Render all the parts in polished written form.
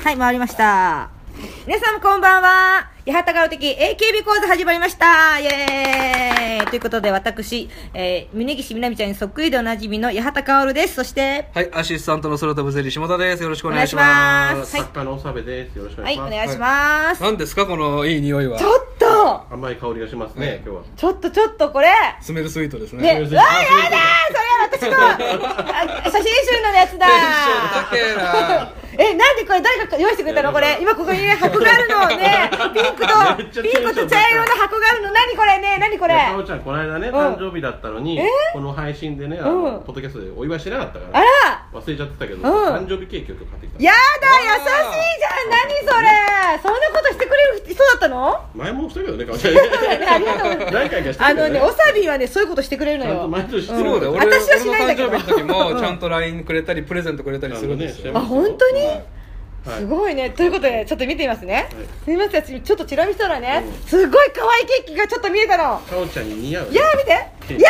はい、回りました。皆さんこんばんは。八幡薫的 AKB 講座始まりました。イエーイということで、私、峯岸みなみちゃんにそっくりでおなじみの八幡薫です。そして、 はい、アシスタントの空飛ぶゼリー下田です。よろしくお願いします。 作家の長部です。よろしくお願いします。 はい、お願いします。 何ですかこのいい匂いは。 ちょっと甘い香りがしますね、今日は。 ちょっとこれスメルスイートですね。 ね、うわーやだー、それは私の写真集のやつだー。なんでこれ誰か用意してくれたのこれ。今ここにね、箱があるのね。ピンクと茶色の箱があるの。何これね、何これ。 かおちゃん、この間ね、誕生日だったのに、この配信でね、ポッドキャストでお祝いしてなかったから。忘れちゃってたけど、誕生日ケーキを買ってきた。 やだ、優しいじゃん。何それ。そんなことしてくれる人だったの？ 前もしたけどね、かおちゃん。 ありがとうございます。 何回かしてくれる。 おさびはね、そういうことしてくれるのよ。 毎年してる。 そうだよ。 私はしないんだけど。 俺の誕生日の時もちゃんと LINE くれたりプレゼントくれたりするんですよ。 あ、本当に？すごいね。ということでちょっと見てみますね。すみません、ちょっとチラ見したらね、すごい可愛いケーキがちょっと見えたの。 かおちゃんに似合う。 いや見て。や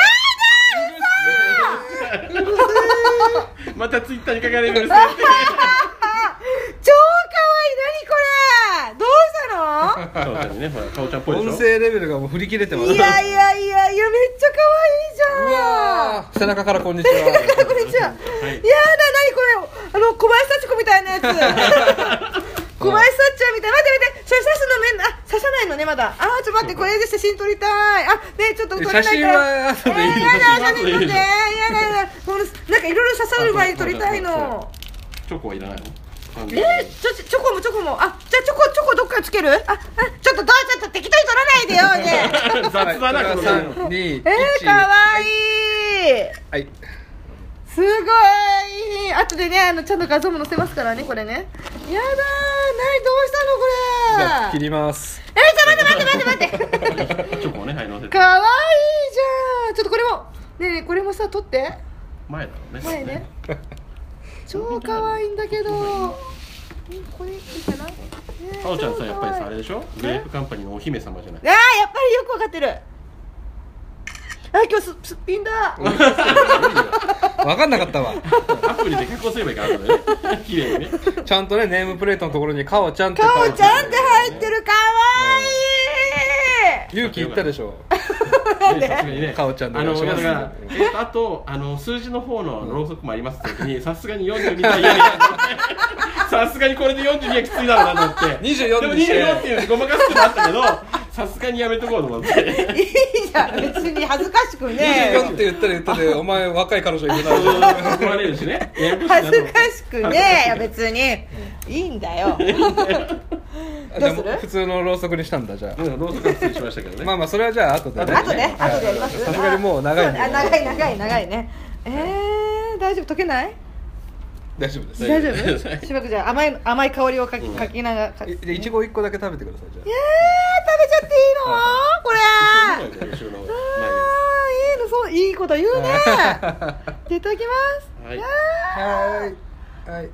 だー。嘘。 またツイッターに書かれるんですよ。 超可愛い。何これ。どうしたの？ かおちゃんにね、ほら、かおちゃんっぽいでしょ。 音声レベルがもう振り切れてます。 いやめっちゃ可愛いじゃん。 うわー、背中からこんにちは。 こんにちは。やだ、何これ。小林幸子みたいなやつ。小林幸ちゃんみたい。待って、それ刺さないのね、まだ。ちょっと待って、これで写真撮りたい。ね、ちょっと撮れないから。 写真は後でいいです。 やだ、なんかいろいろ刺さる前に撮りたいの。 チョコはいらないの？ チョコも。じゃあチョコどっからつける？ちょっと適当に撮らないでよね。 雑だな、この 3、2、1。 かわいい。 はい。 すごい。後でね、ちゃんと画像も載せますからね、これね。やだー、どうしたのこれ。 じゃあ切ります。 ちょ待って。 チョコをね、はい、乗せて。 かわいいじゃん。ちょっとこれもね、これもさ、撮って。 前だろうね。 前ね。超かわいいんだけど。これいいかな。かおちゃんさ、やっぱりさ、あれでしょ、グレープカンパニーのお姫様じゃない。 やっぱりよくわかってる。今日すっぴんだ。 分かんなかったわ。 アプリで加工すればいいからね。綺麗にね。 ちゃんとね、ネームプレートのところにかおちゃんって書いて。 かおちゃんって入ってる。かわいい。 勇気いったでしょ。かおちゃんでお願いします。 あと数字の方のろうそくもありますって時に、さすがに42は嫌にさすがにこれで42はきついだろうなと思って。 24 でも24っていうごまかすってあったけど、さすがにやめとこうと思って。 いいじゃん、別に恥ずかしくねえ。 24って言ったで、お前若い彼女いるな。 怒られるしね。 恥ずかしくねえよ、別に。いいんだよ。どうする？ 普通のろうそくにしたんだ、じゃあ。 ろうそくは失礼しましたけどね。 まあそれはじゃあ後でね。 後でやります。 さすがにもう長いんで。 長いね。大丈夫？溶けない？ 大丈夫です。 大丈夫？しばくじゃあ甘い香りをかきながら。 いちご1個だけ食べてください、じゃあ。 食べちゃっていいの？これ。いいの、そう、いいこと言うね。いただきます。 はい。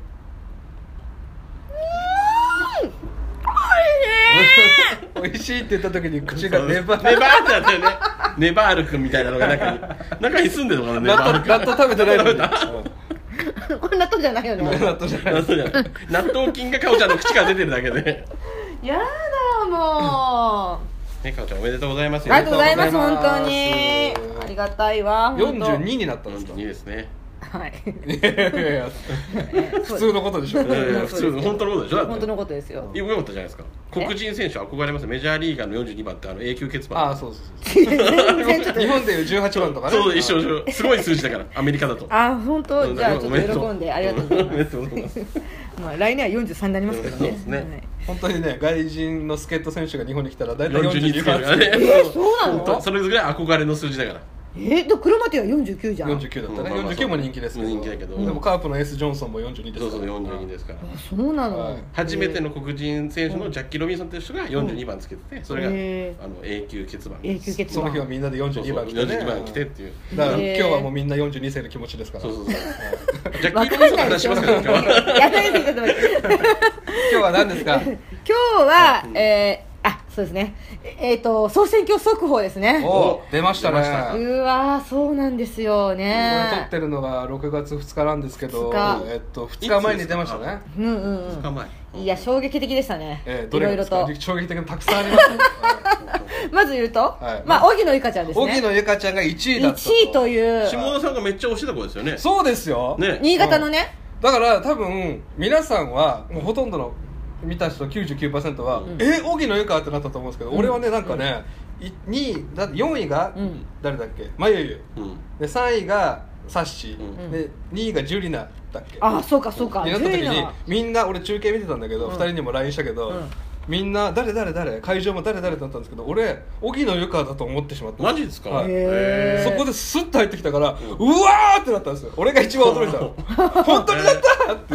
美味しいって言った時に口がネバーってなったよね。ネバール君みたいなのが中に住んでるのかな。ネバール君。 納豆食べてないのに。 これ納豆じゃないよね。 納豆菌がかおちゃんの口から出てるだけで。 やだもう。かおちゃんおめでとうございます。 ありがとうございます。本当にありがたいわ。 42になったんですか？ 42ですね。 はい。 普通のことでしょ。 普通の本当のことでしょ。 本当のことですよ。 よかったじゃないですか。黒人選手憧れます。メジャーリーガーの42番って永久欠番。 そう。日本でいう18番とかね。 そう、一緒。すごい数字だから、アメリカだと。 本当。じゃあちょっと喜んでありがとうございます。来年は43になりますけどね。 本当にね、外人の助っ人選手が日本に来たら大体42番。 そうなの？ それぐらい憧れの数字だから。 クロマティは49じゃん。 49だったね。49も人気ですけど。 人気だけど。 でもカープのエース・ジョンソンも42ですから。 そう、42ですから。 そうなの。 初めての黒人選手のジャッキー・ロビンソンという人が42番つけてて、それが永久欠番。 その日はみんなで42番来てね。 42番来てっていう。 だから今日はもうみんな42世の気持ちですから。 そう。ジャッキー・ロビンソンの話しますから今日は。 やめてください。 今日は何ですか？ 今日はそうですね。 総選挙速報ですね。 出ましたね。 うわー、そうなんですよね。 これ撮ってるのが6月2日なんですけど、2日前に出ましたね。 2日前。 いや、衝撃的でしたね。いろいろと衝撃的なたくさんありますね。 まず言うと、まあ荻野由香ちゃんですね。 荻野由香ちゃんが1位だったと。 1位という下田さんがめっちゃ推してた子ですよね。 そうですよ、 新潟のね。 だから多分皆さんはもうほとんどの見た人 99% は荻野由香ってなったと思うんですけど、俺はねなんかね4位が誰だっけ、まゆゆで、3位がサッシーで、2位がジュリナだっけ。 あ、そうかそうか。 になった時にみんな、俺中継見てたんだけど、2人にも LINE したけど、みんな誰会場も誰ってなったんですけど、俺荻野由香だと思ってしまった。 マジですか。 そこでスッと入ってきたから、うわーってなったんですよ。俺が一番驚いたの。本当になったっていう。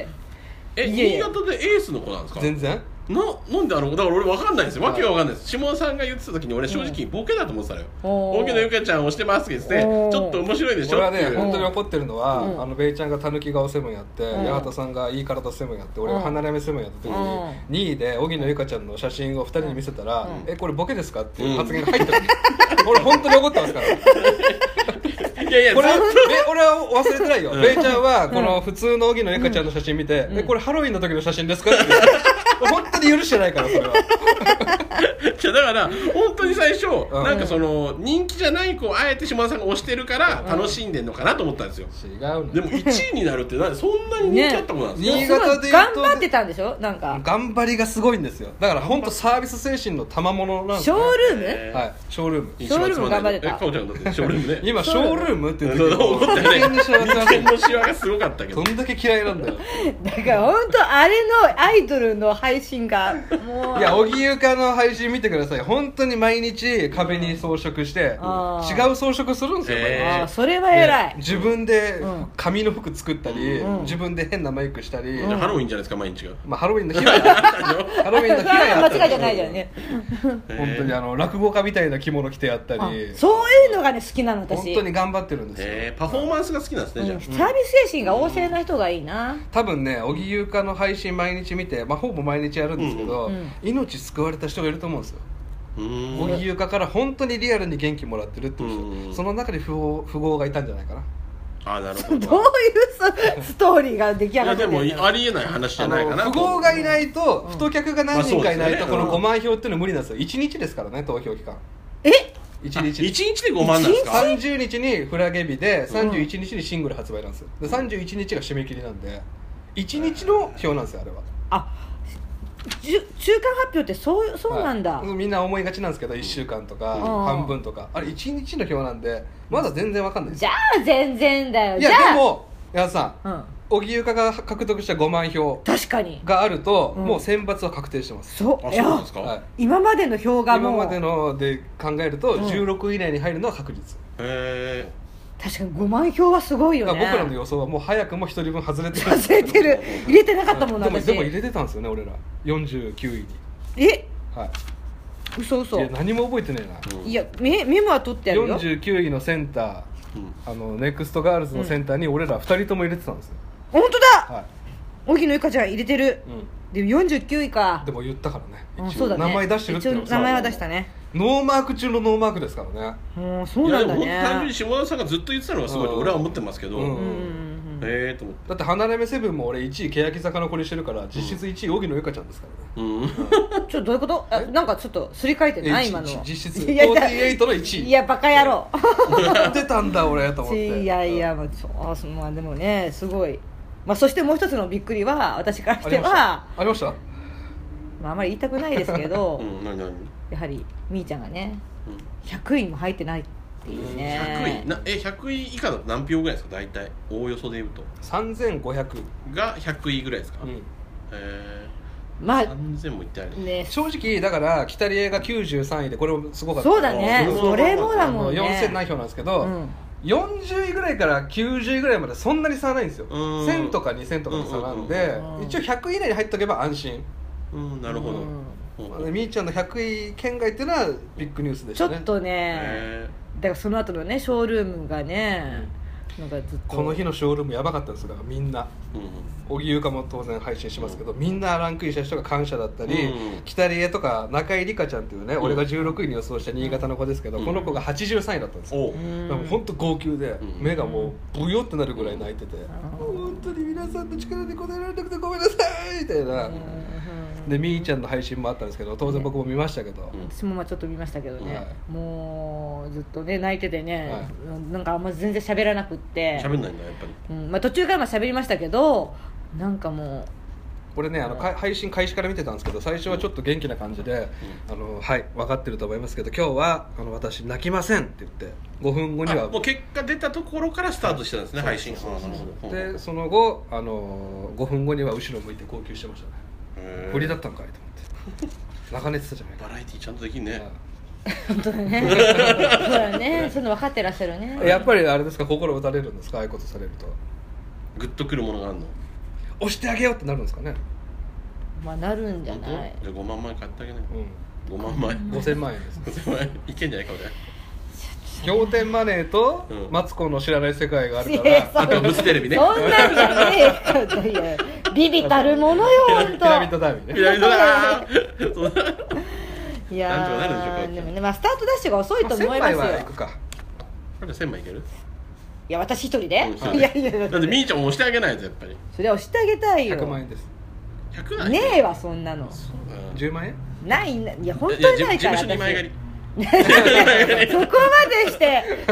新潟でエースの子なんですか。 全然なんでだから俺分かんないんですよ。わけが分かんないです。下田さんが言ってた時に俺正直ボケだと思ってたのよ。荻野由香ちゃんをしてますって言ってちょっと面白いでしょ。 俺はね本当に怒ってるのは、ベイちゃんがたぬき顔セブンやって、八幡さんがいい体セブンやって、俺が離れ目セブンやった時に2位で荻野由香ちゃんの写真を2人に見せたら、これボケですかっていう発言が入ってる。俺本当に怒ってますから。いやこれ俺は忘れてないよ。ベイちゃんはこの普通の荻野由香ちゃんの写真見て、これハロウィンの時の写真ですかって本当に許してないから。それはだから本当に最初なんかその人気じゃない子をあえて下田さんが推してるから楽しんでんのかなと思ったんですよ。 違うの。 でも1位になるってそんなに人気あった子なんですか。 新潟で頑張ってたんでしょ。なんか頑張りがすごいんですよ。だから本当サービス精神の賜物なんです。 ショールーム。 はい、ショールーム。 ショールーム頑張ってた。 かおちゃんだってショールームね。 今ショールームって言ってる。 思ったよね。人間のシワがすごかったけど。 どんだけ嫌いなんだよ。 だから本当あれのアイドルの配信がもう。 いや荻由香の配信見てください。本当に毎日壁に装飾して違う装飾するんですよ。 あ、それは偉い。 自分で紙の服作ったり、自分で変なメイクしたり。 ハロウィンじゃないですか毎日が。 まあハロウィンの日はハロウィンの日はやった。 間違いじゃないじゃんね。 本当に落語家みたいな着物着てやったり。 そういうのがね好きなの私。 本当に頑張ってるんですよ。 パフォーマンスが好きなんですね。じゃあサービス精神が旺盛な人がいいな。 多分ね荻由香の配信毎日見て、ほぼ毎日やるんですけど、命救われた人がいると思うんですよ。荻由香から本当にリアルに元気もらってるっていう人、その中で富豪がいたんじゃないかな。 あ、なるほど。 どういうストーリーが出来上がってるんだろう。 でもありえない話じゃないかな。 富豪がいないと、太客が何人かいないとこの5万票っていうのは無理なんですよ。1日ですからね、投票期間。1日で5万なんですか。 30日にフラゲ日で31日にシングル発売なんですよ。で31日が締め切りなんで1日の票なんですよ、あれは。 中間発表ってそうなんだ。 みんな思いがちなんですけど、1週間とか半分とか、あれ1日の票なんでまだ全然わかんないです。 じゃあ全然だよ。 いやでも矢田さん、荻由香が獲得した5万票があるともう選抜は確定してます。 そうですか。今までの票がもう今までので考えると16位以内に入るのは確実。 確かに5万票はすごいよね。 僕らの予想はもう早くも1人分外れてる。 外れてる。入れてなかったもんな。 でも入れてたんですよね、俺ら49位に。はい。 嘘。 いや何も覚えてねえな。 いやメモは取ってあるよ。 49位のセンター、ネクストガールズのセンターに俺ら2人とも入れてたんですよ。 本当だ。荻野由香ちゃん入れてる。でも49位か。 でも言ったからね。 そうだね。 名前出してるって名前は出したね。 ノーマーク中のノーマークですからね。 そうなんだね。 いやでも単純に下田さんがずっと言ってたのがすごいと俺は思ってますけど。と思って。 だって離れ目セブンも俺1位欅坂の子にしてるから実質1位荻野由香ちゃんですからね。 ちょっとどういうこと？なんかちょっとすり替えてない今の。 実質48の1位。 いやバカ野郎。 出たんだ俺と思って。 いやまあでもねすごい。そしてもう一つのびっくりは私からしてはありました。 あまり言いたくないですけど、やはりみーちゃんがね100位も入ってないっていうね。 100位以下だと何票ぐらいですか大体おおよそで言うと。 3500 が100位ぐらいですか。3000もいってあるね。正直だから北里江が93位でこれもすごかった。 そうだね。それもだもんね。 4000何票なんですけど、40位ぐらいから90位ぐらいまでそんなに差はないんですよ。1000とか2000とかの差なんで、一応100位以内に入っとけば安心。 なるほど。 みーちゃんの100位圏外っていうのはビッグニュースでしたね。 ちょっとね、だからその後のねショールームがね、なんかずっとこの日のショールームやばかったんですよ。だからみんな荻生香も当然配信しますけど、みんなランクインした人が感謝だったり、北里江とか中井梨花ちゃんっていうね、俺が16位に予想した新潟の子ですけど、この子が83位だったんですよ。本当号泣で、目がもうブヨってなるぐらい泣いてて、本当に皆さんの力で答えられなくてごめんなさいみたいな。でみーちゃんの配信もあったんですけど、当然僕も見ましたけど、 私もちょっと見ましたけどね、もうずっとね泣いててね、なんかあんま全然喋らなくって、 喋んないんだやっぱり、 途中から喋りましたけど、なんかもうこれね配信開始から見てたんですけど、最初はちょっと元気な感じで、はい分かってると思いますけど、今日は私泣きませんって言って5分後にはもう結果出たところからスタートしてたんですね、配信。 でその後5分後には後ろ向いて号泣してましたね。振りだったんかいと思って泣かねてたじゃないか。 バラエティーちゃんとできんね。 本当だねそうだね、そういうの分かってらっしゃるね。 やっぱりあれですか、心打たれるんですか、ああいうことされるとグッとくるものがあるの。 押してあげようってなるんですかね。 まあなるんじゃない。 じゃあ5万枚買ってあげない、5万枚 5000万円です 5000万円いけんじゃないか俺。 仰天マネーとマツコの知らない世界があるから、 あとブステレビね。 そんなんじゃねえよビビたるものよ本当。 ピラミッドダービーね。 ピラミッドだいやなんとかなるでしょうか。 でもね、まあスタートダッシュが遅いと思いますよ。 1000枚は行くか。 あれ1000枚いける？ いや私一人で、いやいやだってみーちゃんも押してあげないとやっぱり。 それは押してあげたいよ。 100万円です。 100万ねえわそんなの。 10万円？ ないいや本当にないから。 事務所2枚借り。 そこまでして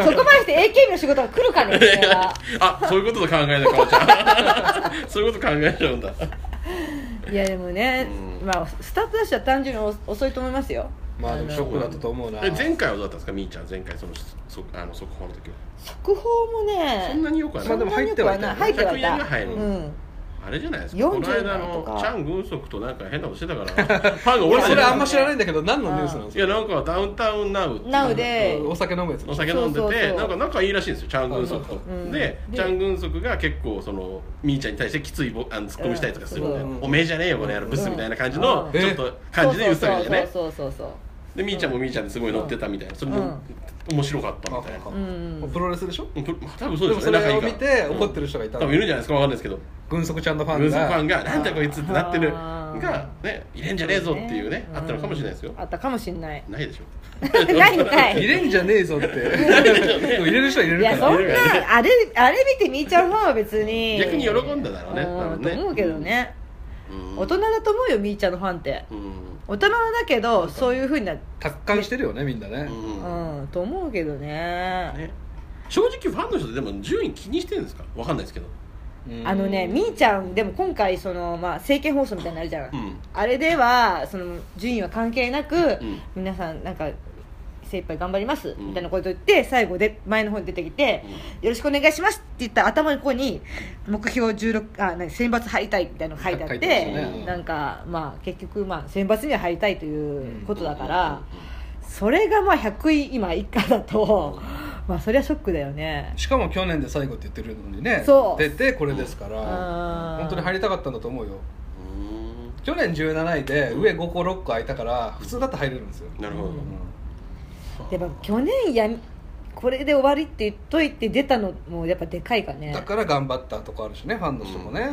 AKB の仕事が来るかね。 あ、そういうことと考えないかもちゃんそういうこと考えちゃうんだ。 いやでもね、まあスタートダッシュは単純に遅いと思いますよ。 まあでもショックだったと思うな。 前回はどうだったんですか、みーちゃん。前回その速報の時は速報もねそんなによくはない。 まあでも入ってはいた。 入ってはいた。 あれじゃないですか、この間のチャン・グンソクとなんか変なことしてたからファンが俺それあんま知らないんだけど、何のニュースなんですか。 いやなんかダウンタウンナウでお酒飲むやつ。 お酒飲んでて、なんか仲いいらしいんですよ、チャン・グンソクと。でチャン・グンソクが結構そのみーちゃんに対してきついツッコミしたりとかするんで、おめえじゃねえよこの野郎ブスみたいな感じのちょっと感じで言ってたわけじゃね。でみーちゃんもみーちゃんですごい乗ってたみたいな、それも面白かったみたいな。 プロレスでしょ。 多分そうですよね。 それを見て怒ってる人がいた。 多分いるんじゃないですか、わかんないですけど、 軍足ちゃんのファンがなんだこいつってなってるがね、入れんじゃねえぞっていうね、あったのかもしれないですよ。 あったかもしれない。 ないでしょ。 ないんかい。 入れんじゃねえぞって入れる人は入れるから。 いやそんなあれ見てみーちゃんファンは別に逆に喜んだだろうね、多分ね。 と思うけどね。大人だと思うよ、みーちゃんのファンって。大人だけどそういう風にな達観してるよね、みんなね。 と思うけどね。 正直ファンの人ってでも順位気にしてるんですか、わかんないですけど。 みーちゃんでも今回その、政見放送みたいになるじゃん、あれではその順位は関係なく、皆さんなんか精一杯頑張ります、みたいなこと言って最後で前の方に出てきて、よろしくお願いしますって言った頭のここに目標16選抜入りたいみたいなのが書いてあって、なんか結局選抜には入りたいということだから、それが100位今以下だとそりゃショックだよね。 しかも去年で最後って言ってるのにね、出てこれですから、本当に入りたかったんだと思うよ。去年17位で上5個6個空いたから普通だって入れるんですよ。 なるほど。 でも去年これで終わりって言っといて出たのもやっぱでかいかね。 だから頑張ったとこあるしね、ファンの人もね。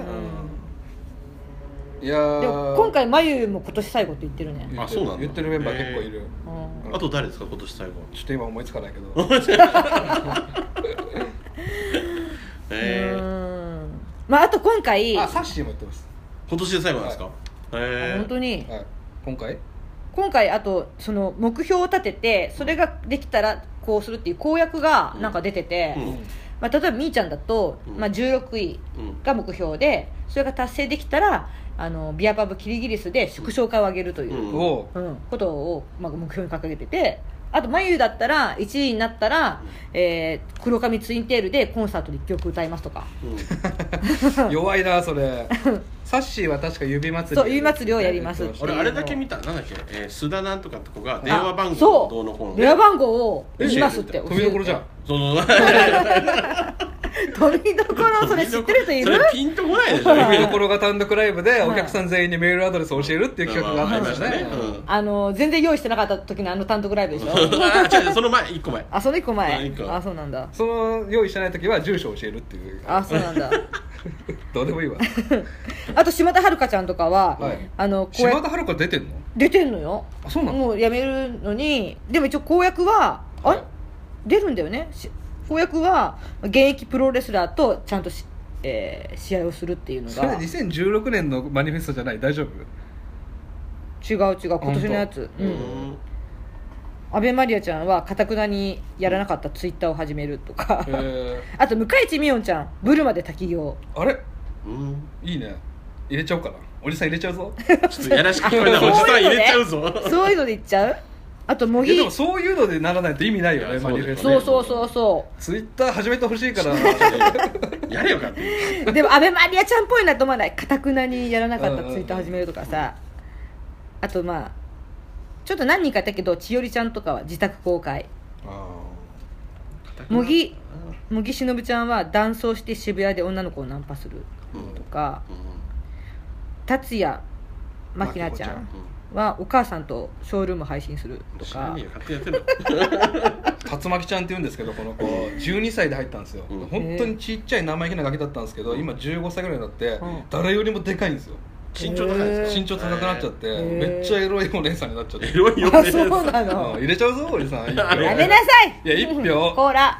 いやでも今回まゆも今年最後って言ってるね。 あ、そうなんだ。 言ってるメンバー結構いる。 あと誰ですか、今年最後。 ちょっと今思いつかないけどあと今回サッシーも言ってます。 今年で最後なんですか。 本当に。 今回あとその目標を立ててそれができたらこうするっていう公約がなんか出てて、例えばみーちゃんだと、16位が目標で、それが達成できたらビアパブキリギリスで祝勝会を挙げるということを目標に掲げてて、あとまゆだったら1位になったら、黒髪ツインテールでコンサートで1曲歌いますとか、 弱いなそれサッシーは確か指祭り、 そう指祭りをやりますって。 俺あれだけ見た。なんだっけ、須田なんとかって子が電話番号をどうのこうの電話番号を言いますって。 富所じゃん。 富所それ知ってる人いる？ それピンとこないでしょ。 富所が単独ライブでお客さん全員にメールアドレスを教えるっていう企画があったんですね。 全然用意してなかった時の単独ライブでしょ。 違う、その前1個前。 その1個前。そうなんだ。 その用意してない時は住所を教えるっていう。 そうなんだ。 どうでもいいわ。 あと島田遥ちゃんとかは、 島田遥出てんの？ 出てんのよ。 そうなの？ もう辞めるのに、でも一応公約は出るんだよね。公約は現役プロレスラーとちゃんと試合をするっていうのが。 それ2016年のマニフェストじゃない？大丈夫？ 違う今年のやつ。安倍マリアちゃんはかたくなにやらなかったツイッターを始めるとかあと向井地美音ちゃんブルマで滝行。 あれ、いいね。入れちゃおうかな。おじさん入れちゃうぞ。 ちょっとやらしく聞こえた。おじさん入れちゃうぞ。 そういうのでいっちゃう。あと模擬。 でもそういうのでならないと意味ないよね。マニフェスト。 そうツイッター始めてほしいからやれよかって。 でも安倍マリアちゃんっぽいなと思わない？かたくなにやらなかったツイッター始めるとかさ。あとちょっと何人かいたけど千代里ちゃんとかは自宅公開。茂木しのぶちゃんは男装して渋谷で女の子をナンパするとか、達也まきなちゃんはお母さんとショールーム配信するとか。 竜巻ちゃんって言うんですけど、この子12歳で入ったんですよ。本当にちっちゃい生意気なガキだったんですけど、今15歳ぐらいになって誰よりもでかいんですよ。 身長高いですか？身長高くなっちゃってめっちゃエロいお姉さんになっちゃって。 エロいお姉さん。 そうなの。 入れちゃうぞおじさん。 やめなさい。 いや1票。 ほら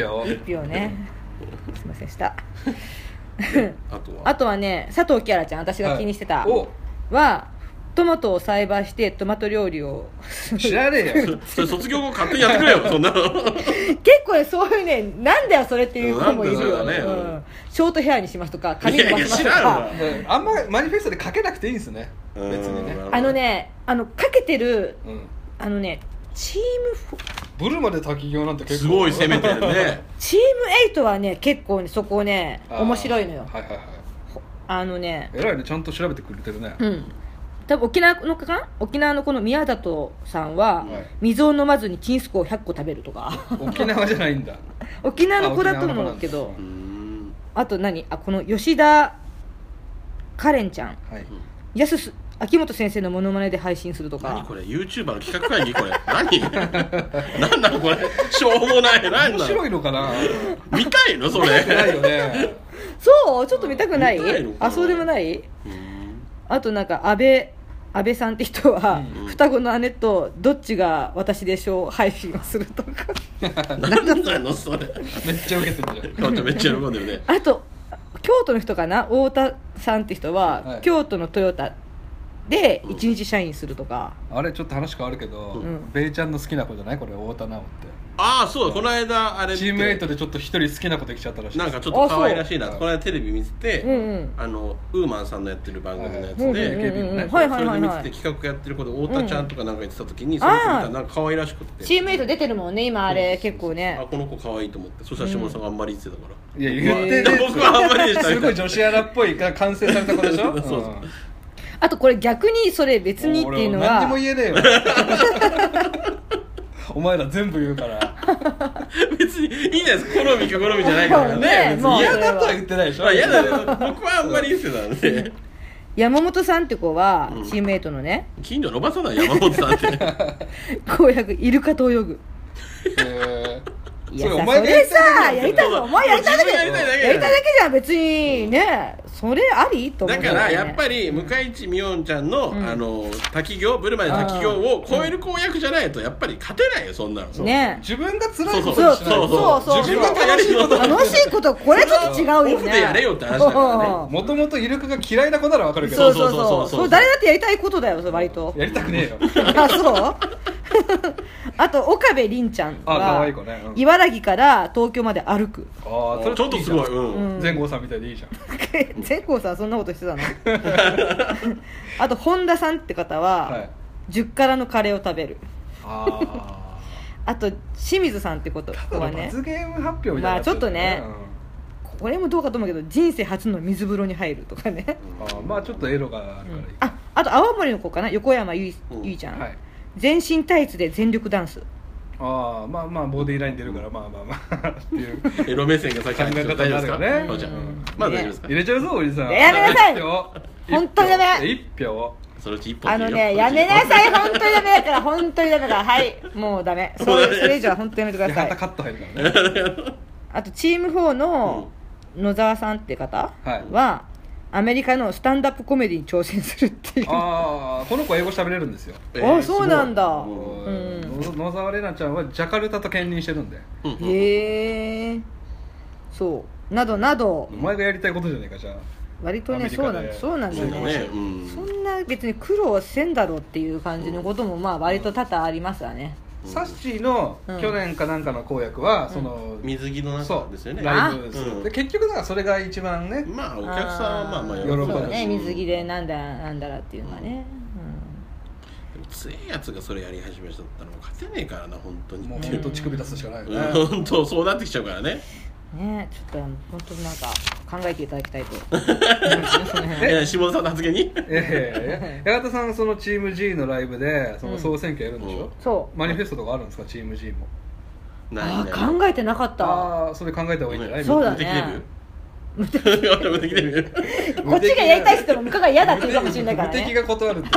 1票ね。すいませんした。あとはね、佐藤キャラちゃん、私が気にしてたはトマトを栽培してトマト料理を。 知らねえよ。 それ卒業後勝手にやってくれよそんなの。 結構ね、そういうね、なんだよそれっていう子もいるよ。ショートヘアにししますとか髪伸ばしますとか。 あんまマニフェストでかけなくていいんですね。別にね。 かけてるチームブルマで滝行なんて結構すごい攻めてるね。 チーム8はね結構ねそこね面白いのよ。 はいはいはい。えらいね、ちゃんと調べてくれてるね。 多分沖縄のこの宮里さんは水を飲まずにチンスコを100個食べるとか。 沖縄じゃないんだ。 沖縄の子だと思うけど。あとこの吉田カレンちゃん、秋元先生のモノマネで配信するとか。 何これ YouTuber の企画会議これ。何なのこれ。しょうもない。何なの。 面白いのかな。 見たいのそれ。 ないよね。 そうちょっと見たくない？そうでもない？あと安倍さんって人は双子の姉とどっちが私でしょう配信をするとか。 何なのそれ。 めっちゃウケてるじゃん。 めっちゃ喜んでるね。 あと京都の人かな、太田さんって人は京都のトヨタで一日社員するとか。 あれちょっと話変わるけど、ベイちゃんの好きな子じゃないこれ、太田直って。 そうだ、この間あれチームメイトでちょっと一人好きな子できちゃったらしい。 なんかちょっと可愛らしいな。この間テレビ見てて、ウーマンさんのやってる番組のやつで、それで見てて企画やってる子で太田ちゃんとかなんか言ってた時に、その子見たらなんか可愛らしくて、 チームメイト出てるもんね今あれ結構ね。 この子可愛いと思って。そしたら下田さんがあんまり言ってたから。 いや言ってね。 僕はあんまりでした。 すごい女子アナっぽい完成された子でしょ。 そうあとこれ逆にそれ別にっていうのは何にも言えねえよ。お前ら全部言うから。 別にいいじゃないですか。好みか好みじゃないからね。 嫌だとは言ってないでしょ。 嫌だよ。僕はあんまり言ってたんで。 山本さんって子はチームメイトのね、 近所のおばさんだ山本さんって。 公約イルカと泳ぐ。いやさ、それさ、やりたいのお前やりたいだけじゃん別にね。それありと思う。 だからやっぱり向井地美音ちゃんの滝行、ブルマで滝行を超える公約じゃないとやっぱり勝てないよそんなの。 ね。 自分が辛いことそうしないと。 そう自分が楽しいこと楽しいことこれちょっと違うよね。 オフでやれよって話だからね。 もともとイルカが嫌いな子ならわかるけど。 そう誰だってやりたいことだよそれ割と。 やりたくねえよ。 そう。あと岡部凛ちゃんは茨城から東京まで歩く。 ちょっとすごい。 全郷さんみたいでいいじゃん。 全郷さんそんなことしてたの。あと本田さんって方は10辛のカレーを食べる。あと清水さんってことはね、 罰ゲーム発表みたいな。 ちょっとね、これもどうかと思うけど人生初の水風呂に入るとかね。 ちょっとエロがあるからいい。 あと青森の子かな、横山由依ちゃん、全身タイツで全力ダンス。 ああまあまあボディーライン出るからまあまあまあっていうエロ目線がさっき考え方になるよね大丈夫ですか？まあ大丈夫ですか？ 入れちゃうぞおじさん。 やめなさい一票本当にダメ。 一票そのうち1本やめなさい、本当にダメだから、本当にダメだから、はい、もうダメ。それ以上は本当にやめてください。 カット入るからね。 あとチーム4の野沢さんって方は、アメリカのスタンダップコメディに挑戦するっていう。 ああこの子英語喋れるんですよ。 あ、そうなんだ。 野沢玲奈ちゃんはジャカルタと兼任してるんで。 へえ。そうなどなど。 お前がやりたいことじゃねえかじゃあ。 割とねそうなんだよね。そんな別に苦労せんだろうっていう感じのこともまあ割と多々ありますわね。 サッチーの去年かなんかの公約はその水着の中ですよね。 ライブする。で結局だからそれが一番ね。 まあお客さんはまあまあ喜ぶ。 そうね、水着でなんだらっていうのはね。 でも強いやつがそれやり始めちゃったらもう勝てねえからな本当に。 もう本当乳首出すしかないよね。 本当そうなってきちゃうからね。 ね、ちょっと本当になんか考えていただきたいと。 下田さんの発言に。 八幡さんそのチーム G のライブでその総選挙やるんでしょ。 そうマニフェストとかあるんですかチーム G も。 考えてなかった。 ああそれ考えた方がいいんじゃない？ そうだね。 無敵デビュー。こっちがやりたいって言っても向こうが嫌だって言うかもしれないからね。 無敵が断るって。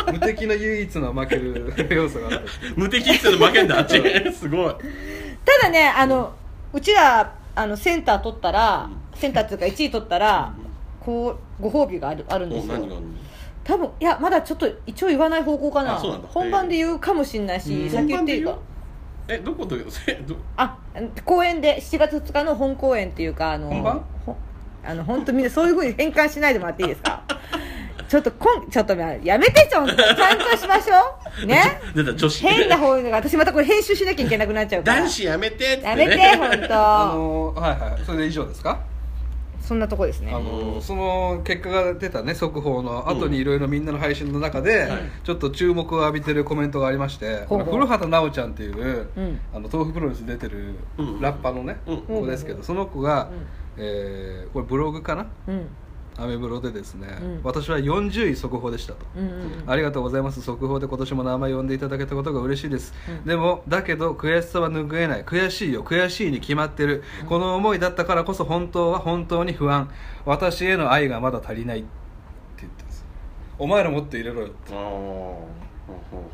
無敵の唯一の負ける要素がある。 無敵っていうの負けんだあっち。すごい。 ただねうちらセンター取ったら、センターっていうか1位取ったらこうご褒美があるんですよ。多分いやまだちょっと一応言わない方向かな。本番で言うかもしれないし、先言っていいか。 どこと公演で7月2日の本公演っていうか本番本当みんなそういう風に変換しないでもらっていいですか？ちょっとやめてちゃんとしましょうね。変な方が私またこれ編集しなきゃいけなくなっちゃうから。 男子やめてってね。 やめて本当。 はいそれで以上ですか？ そんなとこですね。 その結果が出たね速報の後にいろいろみんなの配信の中でちょっと注目を浴びてるコメントがありまして、古畑奈緒ちゃんっていう豆腐プロレス出てるラッパーのね子ですけど、その子がこれブログかな、アメブロでですね、私は40位速報でしたと、ありがとうございます。速報で今年も名前呼んでいただけたことが嬉しいです、だけど悔しさは拭えない。悔しいよ、悔しいに決まってる、この思いだったからこそ本当は本当に不安、私への愛がまだ足りないって言ってます。お前らもっと入れろよって。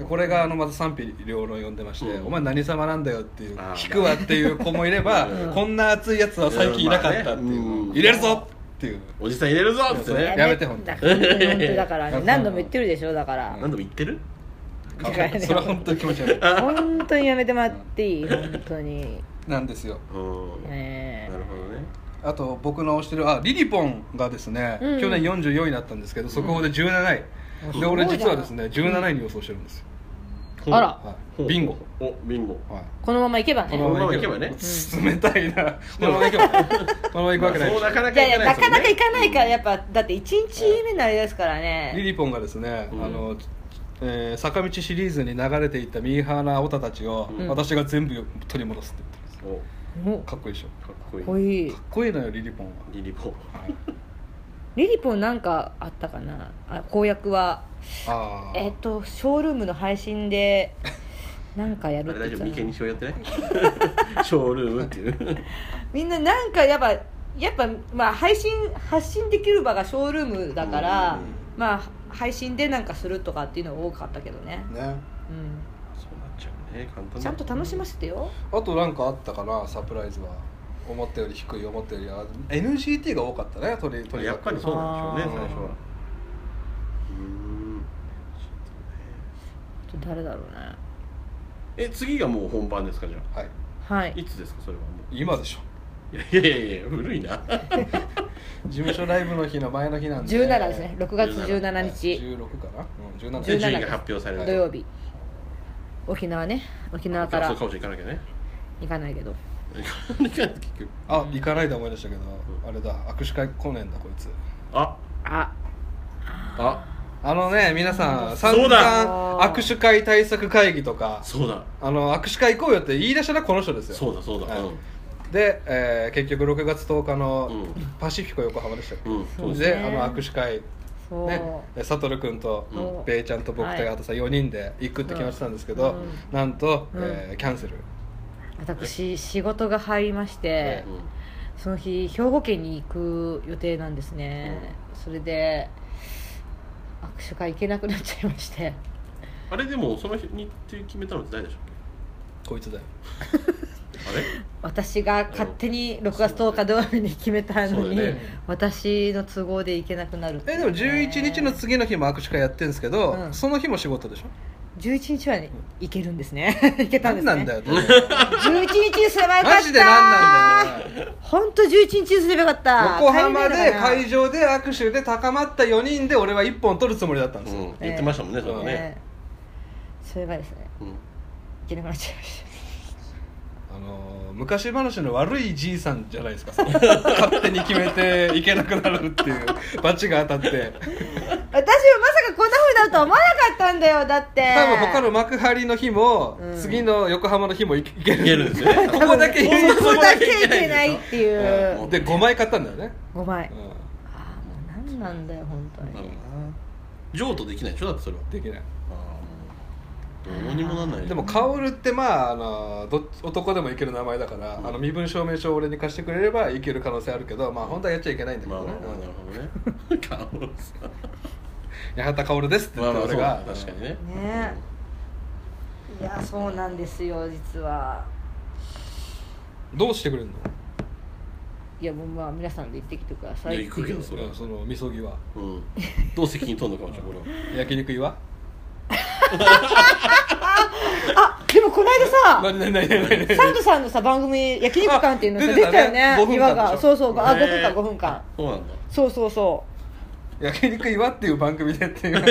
これがまた賛否両論呼んでまして、お前何様なんだよっていう引くわっていう子もいれば、こんな熱いやつは最近いなかったっていう、入れるぞっていう、 おじさん入れるぞってね。 やめて本当に。だからね何度も言ってるでしょ。だから何度も言ってる。 それは本当に気持ち悪い。 本当にやめてもらっていい？本当になんですよ。 なるほどね。 あと僕の推してるリリポンがですね、去年44位だったんですけど、速報で17位で、俺実はですね17位に予想してるんですよ。 あら、 ビンゴ。 ビンゴ。 このままいけばね。 このままいけばね。 冷たいな。このままいけば。このままいくわけない。 なかなかいかないから、やっぱだって1日目のあれですからね。 リリポンがですね、坂道シリーズに流れていったミーハーなオタたちを私が全部取り戻すって言ってます。かっこいいでしょ。 かっこいい。 かっこいいのよリリポンは。 リリポンなんかあったかな。公約はショールームの配信でなんかやるって言ってた。 大丈夫？眉間にしようやってないショールームっていうみんななんかやっぱまあ発信できる場がショールームだから、まあ配信でなんかするとかっていうのが多かったけどね。 そうなっちゃうね。簡単ちゃんと楽しませてよ。 あとなんかあったかな、サプライズは。思ったより低い、思ったよりNGT が多かったね。 やっぱりそうなんでしょうね、最初は。 誰だろうね。 次がもう本番ですか？じゃあはい。 いつですかそれは？もう今でしょ。 いや古いな事務所ライブの日の前の日なんで 17ですね。6月17日 16かな、 17日が発表される土曜日、沖縄からそうかもしれないけどね。 行かないけど行かないで思い出したけど、あれだ、握手会来ねえんだこいつ。皆さん散々握手会対策会議とか、 そうだ、 握手会行こうよって言い出したのはこの人ですよ。 そうだ、 で、結局6月10日のパシフィコ横浜でしたっけ、で握手会そうね、サトル君とベイちゃんと僕と八幡さん4人で行くって決まってたんですけど、なんと、キャンセル。 私仕事が入りまして、その日兵庫県に行く予定なんですね、それで握手会行けなくなっちゃいまして。 あれでもその日日程決めたのって誰でしょう？ こいつだよ。 あれ？ 私が勝手に6月10日土曜日に決めたのに、私の都合で行けなくなるっていうね。 でも11日の次の日も握手会やってるんですけど、その日も仕事でしょ。 11日はね、行けるんですね。行けたんですね。 なんだよ。 11日にすればよかった。 マジでなんなんだよ。 本当11日にすればよかった。 横浜で会場で握手で高まった4人で俺は1本取るつもりだったんですよ。 言ってましたもんね、それはね。 それがですね、行けなくなっちゃいました。 昔話の悪いじいさんじゃないですか。勝手に決めていけなくなるっていうバチが当たって。 私もまさかこんな風になるとは思わなかったんだよ。だって多分他の幕張の日も、次の横浜の日もいけるんですよね。ここだけここだけいけないっていう、 で5枚買ったんだよね。 5枚、ああもう何なんだよ本当に。 譲渡できないでしょ、だってそれはできない。 どうにもなんない。 でも薫ってまあ男でもいける名前だから、身分証明書を俺に貸してくれればいける可能性あるけど、まあ本当はやっちゃいけないんだけどね。 なるほどね。薫さん、 八幡薫ですって言って俺が、 確かにね。 いやそうなんですよ実は。 どうしてくれるの？ いやもうまあ皆さんで行ってきてください。 いや行くけどそれそのみそぎは、 どう責任取るのかもしれないこれは。 焼肉岩。 あでもこの間さサンドさんのさ番組焼肉館っていうのさ出たよね。岩がそうそう5分間。 そうなんだ。 そうそうそう。 焼肉岩っていう番組でっていう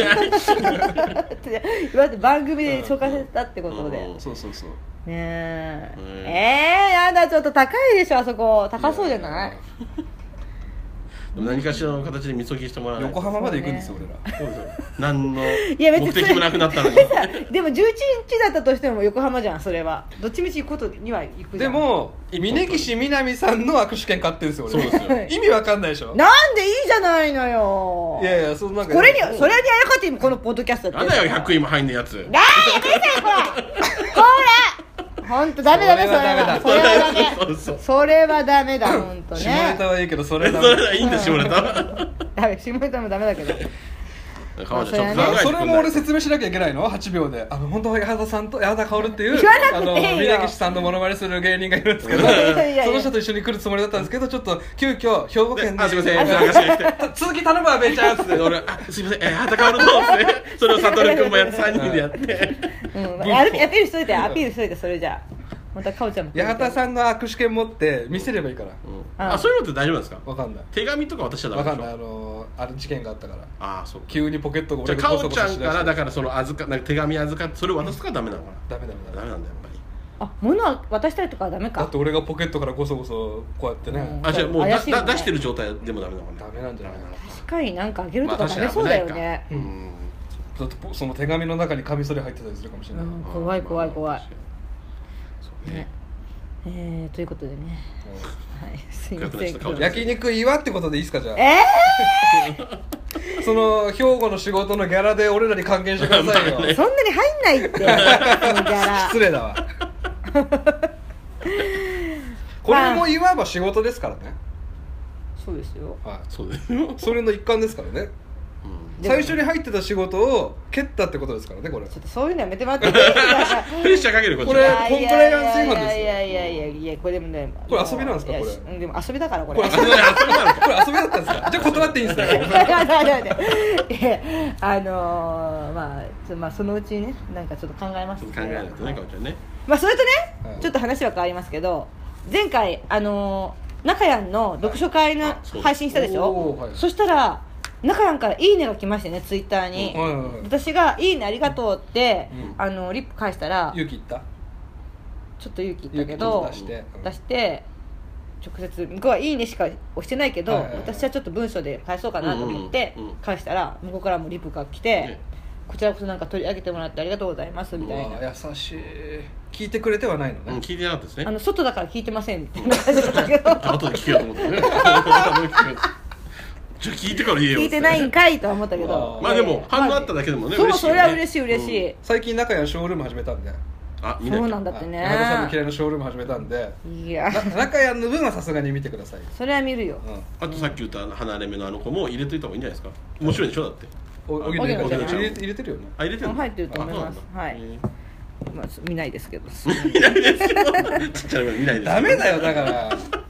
番組で紹介されたってことで。 そうそうそうねえ。やだちょっと高いでしょあそこ。高そうじゃない？ 何かしらの形でみそぎしてもらわないと。 横浜まで行くんですよ俺ら。 そうですよ。何の目的もなくなったのに。 でも11日だったとしても横浜じゃんそれは。どっちみち行くことには行くじゃん。 でも峯岸みなみさんの握手券買ってるんですよ俺。 そうですよ。 意味わかんないでしょ。 なんでいいじゃないのよ。 いやいやそのなんかそれにあやかってこのポッドキャストって。 なんだよ100位も入んねえやつ。 これ本当ダメそれはダメだ本当ね。 下ネタはいいけどそれそれはいいんだ下ネタ。 下ネタもダメだけど。 それも俺説明しなきゃいけないの8秒で。本当は八幡さんと八幡薫っていう峯岸さんのモノマネする芸人がいるんですけど、その人と一緒に来るつもりだったんですけど、ちょっと急遽兵庫県ですいません続き頼むわべーちゃんっつって俺すいません八幡薫どうってそれを悟君もやって3人でやってアピールしといてそれじゃあ本当はかおちゃんも八幡さんの握手券持って見せればいいから。 そういうのって大丈夫なんですか？ わかんない。 手紙とか渡しちゃダメでしょ？ わかんない。ある事件があったから。 そう急にポケットが俺がかおちゃんからだからその手紙預かってそれを渡すからダメなのかな？ダメなんだやっぱり。 物は渡したりとかはダメか。 だって俺がポケットからゴソゴソこうやってね。 じゃあもう出してる状態でもダメなのかな？ ダメなんじゃないかな。 確かになんかあげるとかダメそうだよね。 だってその手紙の中にカミソリ入ってたりするかもしれない。 怖いね。ということでね、すいません。 焼肉岩ってことでいいですかじゃあ。その兵庫の仕事のギャラで俺らに還元してくださいよ。 そんなに入んないってそのギャラ。 失礼だわ。これもいわば仕事ですからね。 そうですよ。 そうですよ。 それの一環ですからね。最初に入ってた仕事を蹴ったってことですからねこれ。 ちょっとそういうのやめてもらっていい？ プレッシャーかけるこれコンプライアンス違反ですよ。 いやこれでもね。 これ遊びなんですかこれ？ でも遊びだからこれ。 これ遊びだったんですか？じゃあ断っていいんですか？ まあそのうちねなんかちょっと考えます。 考えないとねかおちゃんね。 まあそれとねちょっと話は変わりますけど前回中やんの読書会の配信したでしょ？そしたら中やんからいいねが来ましてねツイッターに。私がいいねありがとうってリップ返したら勇気いったちょっと勇気いったけど出して直接向こうはいいねしか押してないけど私はちょっと文章で返そうかなと思って返したら向こうからもリップが来てこちらこそなんか取り上げてもらってありがとうございますみたいな。 優しい。聞いてくれてはないのね。 聞いてなかったですね。 外だから聞いてませんみたいな感じだったけど後で聞けようと思ってね。 じゃあ聞いてから言えよ。 聞いてないんかいとは思ったけど、 まあでも反応あっただけでもね、 そう、それはし嬉しい嬉しい。 最近中屋ショールーム始めたんで、 そうなんだってね。 八幡さんの嫌いなショールーム始めたんで、 いや、 中屋の分はさすがに見てください。 それは見るよ。 あとさっき言った離れ目のあの子も入れといた方がいいんじゃないですか。面白いでしょだって。 おぎのゆかちゃん入れてるよね。 あ、入れてるの。 入ってると思います。はい。まあ見ないですけど。 見ないですけど。ちっちゃいの見ないです。 ダメだよだから。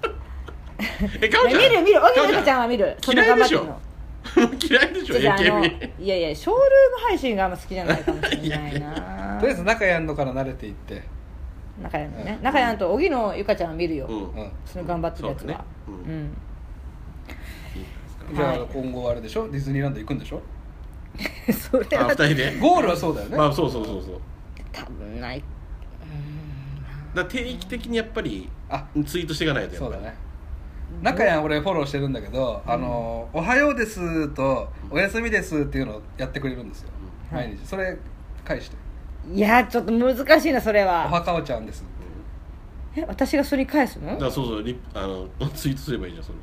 見るおぎのゆかちゃんは見る。 嫌いでしょ。嫌いでしょ AKB。 いやいや、ショールーム配信があんま好きじゃないかもしれないな。 とりあえず中屋のから慣れていって。 中屋のね、中屋のと荻野ゆかちゃんは見るよ。その頑張ってるやつは。 じゃあ今後あれでしょ、ディズニーランド行くんでしょ。 それは 2人でゴールはそうだよね。 まあそう多分ない。 だ定期的にやっぱりツイートしていかないと。 そうだね。中屋俺フォローしてるんだけど、おはようですとおやすみですっていうのをやってくれるんですよ、毎日。それ返して。 いやちょっと難しいなそれは。 おはかおちゃんです。 私がそれに返すの？ だからそうツイートすればいいじゃんそれ。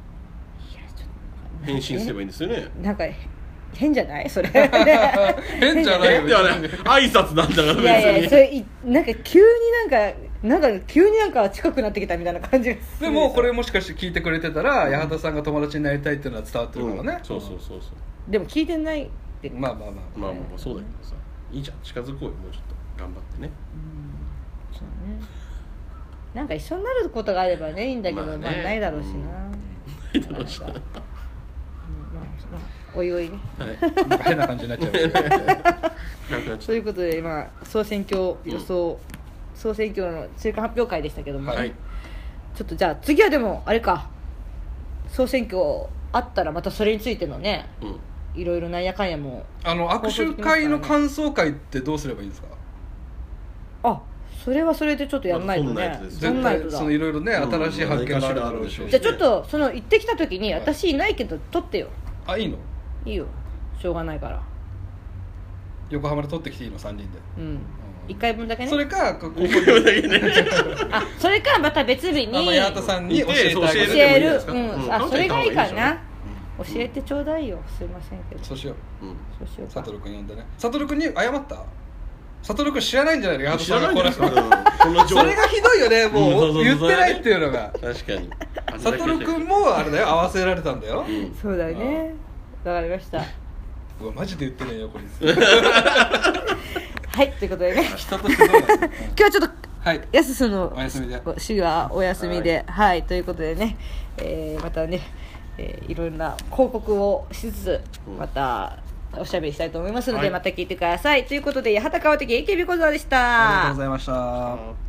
返信すればいいんですよね。 なんか変じゃないそれ。 変じゃないよ。 挨拶なんだから別に。 いやいや、それなんか急になんか近くなってきたみたいな感じがする。 でもこれもしかして聞いてくれてたら、八幡さんが友達になりたいっていうのは伝わってるからね。 そうでも聞いてないって。 まあそうだけどさ、いいじゃん、近づこうよ、もうちょっと頑張ってね。 そうね。なんか一緒になることがあればねいいんだけど、まあないだろうしな。 ないだろうしな。 おいおいね。 変な感じになっちゃう。 ということで今総選挙予想、総選挙の中間発表会でしたけども、ちょっとじゃあ次はでもあれか、総選挙あったらまたそれについてのね、いろいろなんやかんやも握手会の感想会ってどうすればいいんですか？ それはそれでちょっとやんないとね。 絶対そのいろいろね新しい発見があるだろうし。 じゃあちょっとその行ってきた時に私いないけど撮ってよ。 いいの？ いいよ、しょうがないから。 横浜で撮ってきていいの？3人で。 1回分だけね。 それか 1回分だけね。 それかまた別日に八幡さんに教える。それがいいかな。教えてちょうだいよ。すいませんけど。 そうしよう。 そうしようか。 サトル君呼んでね。サトル君に謝った？サトル君知らないんじゃないの？ 知らないんじゃないそれがひどいよね。もう言ってないっていうのが。 確かに。 サトル君もあれだよ、合わせられたんだよ。 そうだよね。わかりました。 うわマジで言ってねえよこれ。 はい、ということでね。 人としてどうなの？今日はちょっとやすすのお休みで。 週はお休みで、はいということでね、またね、いろんな広告をしつつまたおしゃべりしたいと思いますので、また聞いてください。ということで八幡川的 AKB 講座でした。 ありがとうございました。